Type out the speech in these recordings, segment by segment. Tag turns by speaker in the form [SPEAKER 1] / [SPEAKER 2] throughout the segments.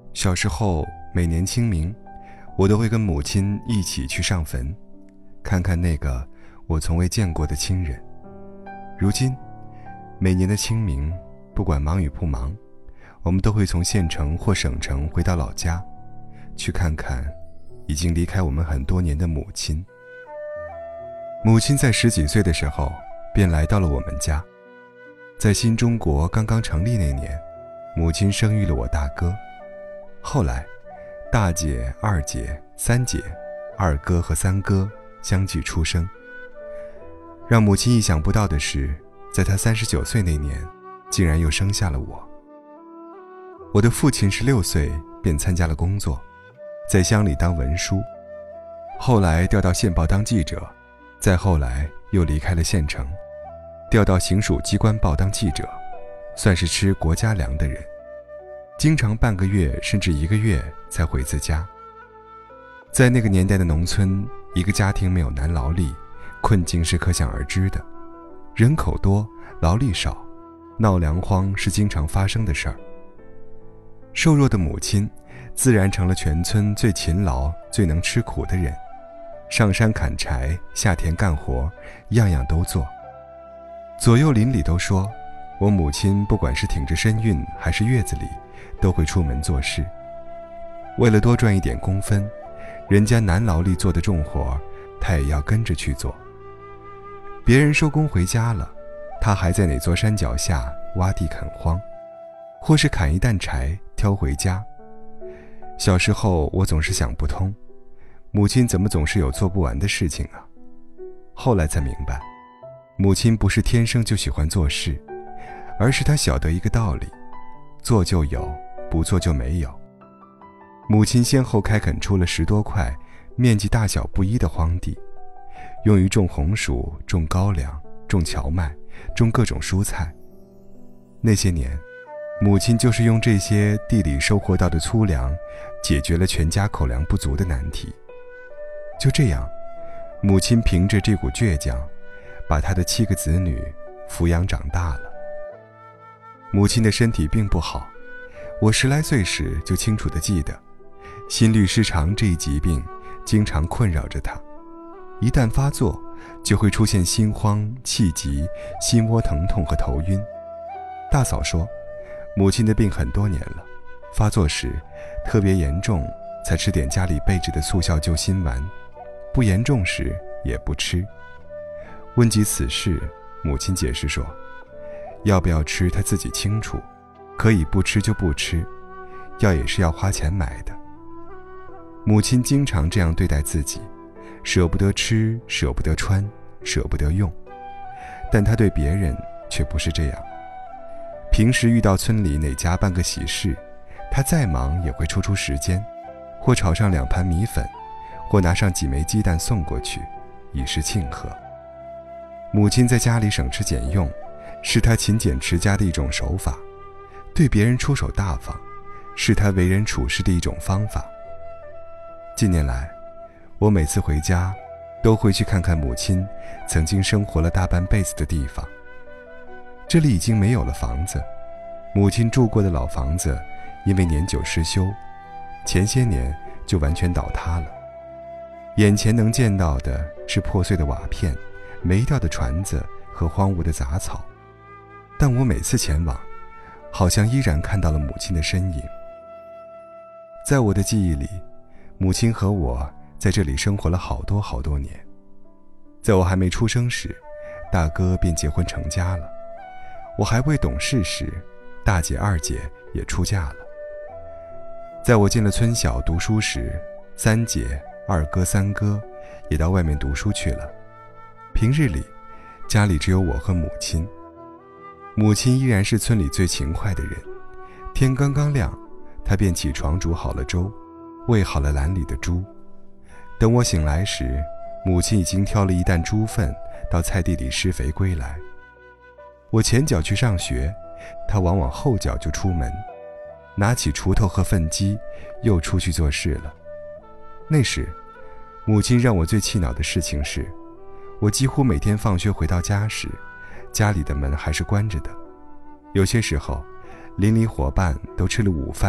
[SPEAKER 1] 小时候每年清明，我都会跟母亲一起去上坟，看看那个我从未见过的亲人。如今每年的清明，不管忙与不忙，我们都会从县城或省城回到老家，去看看已经离开我们很多年的母亲。母亲在10几岁的时候便来到了我们家。在新中国刚刚成立那年，母亲生育了我大哥。后来大姐、二姐、三姐、二哥和三哥相继出生。让母亲意想不到的是，在她39岁那年，竟然又生下了我。我的父亲16岁便参加了工作，在乡里当文书，后来调到县报当记者，再后来又离开了县城，调到行署机关报当记者，算是吃国家粮的人，经常半个月甚至1个月才回次家。在那个年代的农村，一个家庭没有男劳力，困境是可想而知的。人口多，劳力少，闹粮荒是经常发生的事儿。瘦弱的母亲自然成了全村最勤劳、最能吃苦的人，上山砍柴，下田干活，样样都做。左右邻里都说，我母亲不管是挺着身孕还是月子里，都会出门做事。为了多赚一点工分，人家男劳力做的重活，她也要跟着去做。别人收工回家了，她还在哪座山脚下挖地垦荒，或是砍一担柴挑回家。小时候我总是想不通，母亲怎么总是有做不完的事情啊？后来才明白，母亲不是天生就喜欢做事，而是她晓得一个道理，做就有，不做就没有。母亲先后开垦出了10多块面积大小不一的荒地，用于种红薯、种高粱、种荞麦、种各种蔬菜。那些年，母亲就是用这些地里收获到的粗粮，解决了全家口粮不足的难题。就这样，母亲凭着这股倔强，把她的7个子女抚养长大了。母亲的身体并不好，我10来岁时就清楚地记得，心律失常这一疾病经常困扰着她，一旦发作，就会出现心慌、气急、心窝疼痛和头晕。大嫂说，母亲的病很多年了，发作时特别严重才吃点家里备制的速效救心丸，不严重时也不吃。问及此事，母亲解释说，要不要吃她自己清楚，可以不吃就不吃，药也是要花钱买的。母亲经常这样对待自己，舍不得吃，舍不得穿，舍不得用，但她对别人却不是这样。平时遇到村里哪家办个喜事，她再忙也会抽出时间，或炒上2盘米粉，或拿上几枚鸡蛋送过去，以示庆贺。母亲在家里省吃俭用，是她勤俭持家的一种手法，对别人出手大方，是她为人处事的一种方法。近年来，我每次回家都会去看看母亲曾经生活了大半辈子的地方。这里已经没有了房子，母亲住过的老房子因为年久失修，前些年就完全倒塌了。眼前能见到的是破碎的瓦片、霉掉的船子和荒芜的杂草，但我每次前往，好像依然看到了母亲的身影。在我的记忆里，母亲和我在这里生活了好多好多年。在我还没出生时，大哥便结婚成家了。我还未懂事时，大姐、二姐也出嫁了。在我进了村小读书时，三姐、二哥、三哥也到外面读书去了。平日里，家里只有我和母亲。母亲依然是村里最勤快的人，天刚刚亮，她便起床煮好了粥，喂好了篮里的猪。等我醒来时，母亲已经挑了一担猪粪到菜地里施肥归来。我前脚去上学，她往往后脚就出门，拿起锄头和粪机，又出去做事了。那时，母亲让我最气恼的事情是，我几乎每天放学回到家时，家里的门还是关着的。有些时候，邻里伙伴都吃了午饭，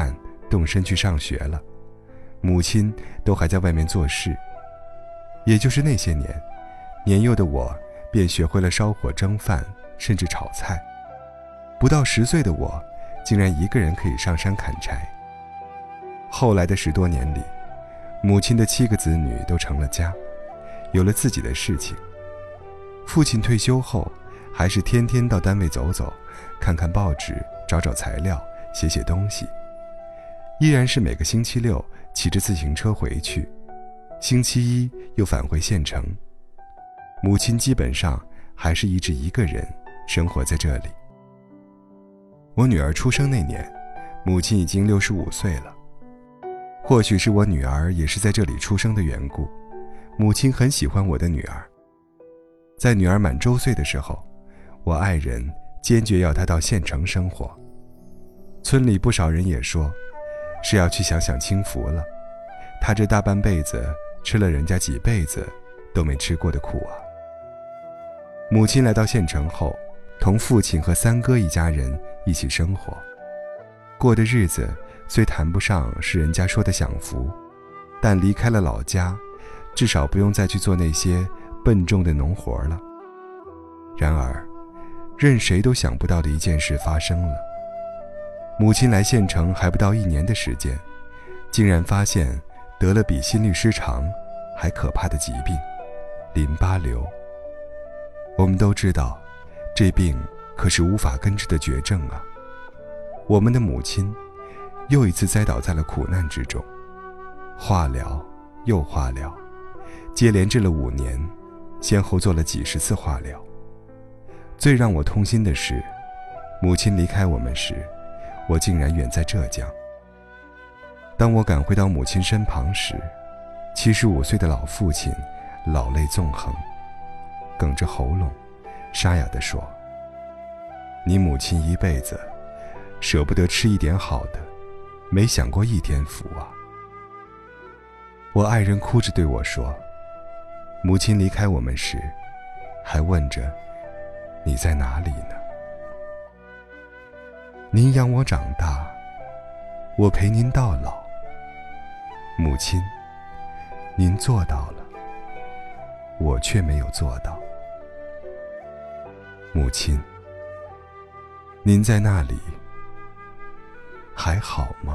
[SPEAKER 1] 动身去上学了，母亲都还在外面做事。也就是那些年，年幼的我便学会了烧火蒸饭，甚至炒菜。不到10岁的我，竟然一个人可以上山砍柴。后来的10多年里，母亲的7个子女都成了家，有了自己的事情。父亲退休后，还是天天到单位走走，看看报纸，找找材料，写写东西。依然是每个星期六骑着自行车回去，星期一又返回县城。母亲基本上还是一直一个人生活在这里。我女儿出生那年，母亲已经65岁了。或许是我女儿也是在这里出生的缘故，母亲很喜欢我的女儿。在女儿满周岁的时候，我爱人坚决要她到县城生活。村里不少人也说，是要去享享清福了，她这大半辈子吃了人家几辈子都没吃过的苦啊。母亲来到县城后，同父亲和3哥一家人一起生活，过的日子虽谈不上是人家说的享福，但离开了老家，至少不用再去做那些笨重的农活了。然而，任谁都想不到的一件事发生了。母亲来县城还不到1年的时间，竟然发现得了比心律失常还可怕的疾病——淋巴瘤。我们都知道，这病可是无法根治的绝症啊。我们的母亲又一次栽倒在了苦难之中，化疗又化疗，接连治了5年，先后做了几十次化疗。最让我痛心的是，母亲离开我们时，我竟然远在浙江。当我赶回到母亲身旁时，75岁的老父亲老泪纵横，哽着喉咙沙哑地说：“你母亲一辈子舍不得吃一点好的，没享过一天福啊。”我爱人哭着对我说，母亲离开我们时还问着你在哪里呢？您养我长大，我陪您到老。母亲，您做到了，我却没有做到。母亲，您在那里还好吗？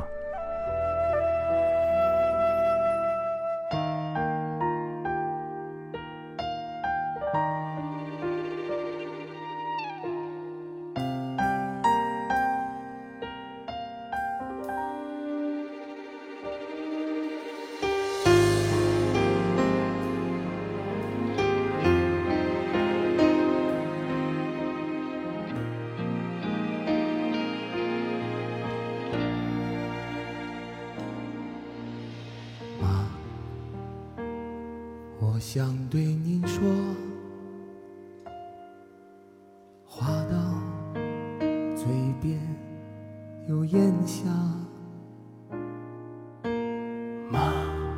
[SPEAKER 2] 我想对您说，话到嘴边又咽下。妈，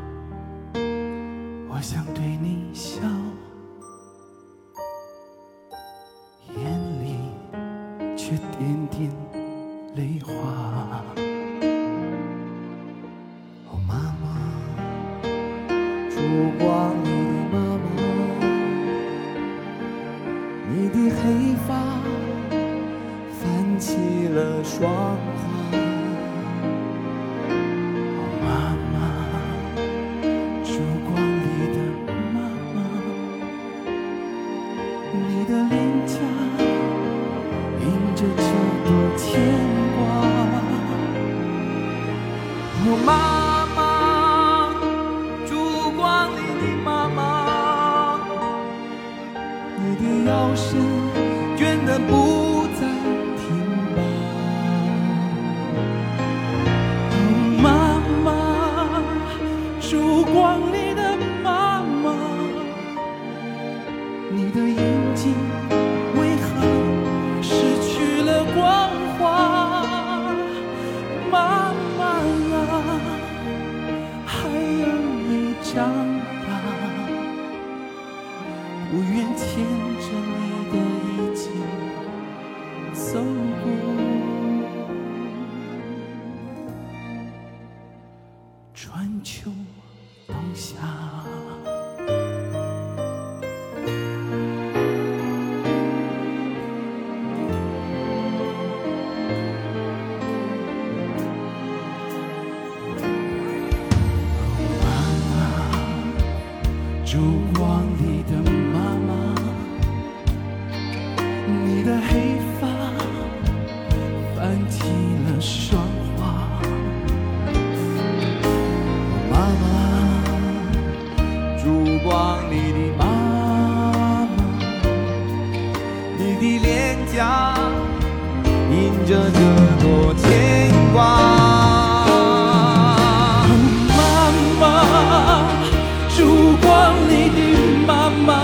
[SPEAKER 2] 我想对你笑，眼里却点点泪花。哦，妈妈，烛光里的妈妈，你的黑发泛起了霜花。哦，妈妈，烛光里的妈妈，你的脸颊映着这朵牵挂。哦，妈妈，烛光里的妈妈，你的腰身倦得不再挺拔。哦，妈妈，烛光里的妈妈，你的眼睛为何失去了光华？妈妈啊，孩儿已长大，不愿牵着你的衣襟走过。 你的黑发泛起了霜花。妈妈，烛光里的妈妈，你的脸颊印着这朵牵挂。妈妈，烛光里的妈妈，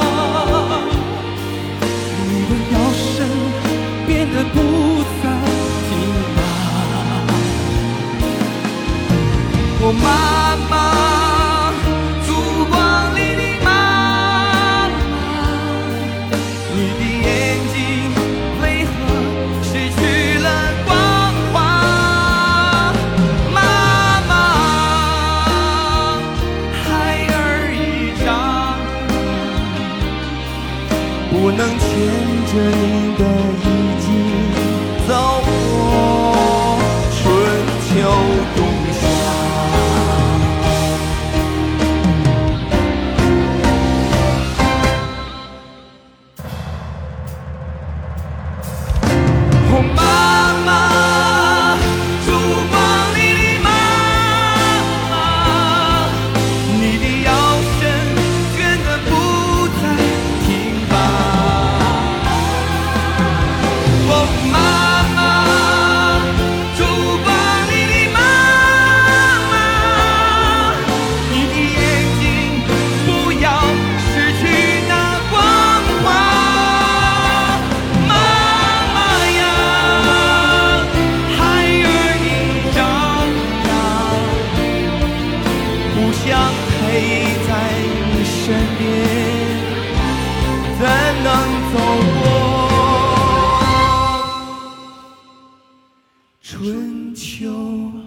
[SPEAKER 2] 你的腰身变得不再挺拔。我妈妈，烛光里的妈妈，你的眼睛为何失去了光华？妈妈，孩儿已长，不能牵着你的衣襟走过春秋冬夏。哦，妈妈，烛光里的妈妈，你的腰身卷得不再挺拔。哦，妈妈，烛光里的妈妈，你的眼睛不要失去那光华。妈妈呀，孩儿已长大，不想陪在你身边，怎能走过春秋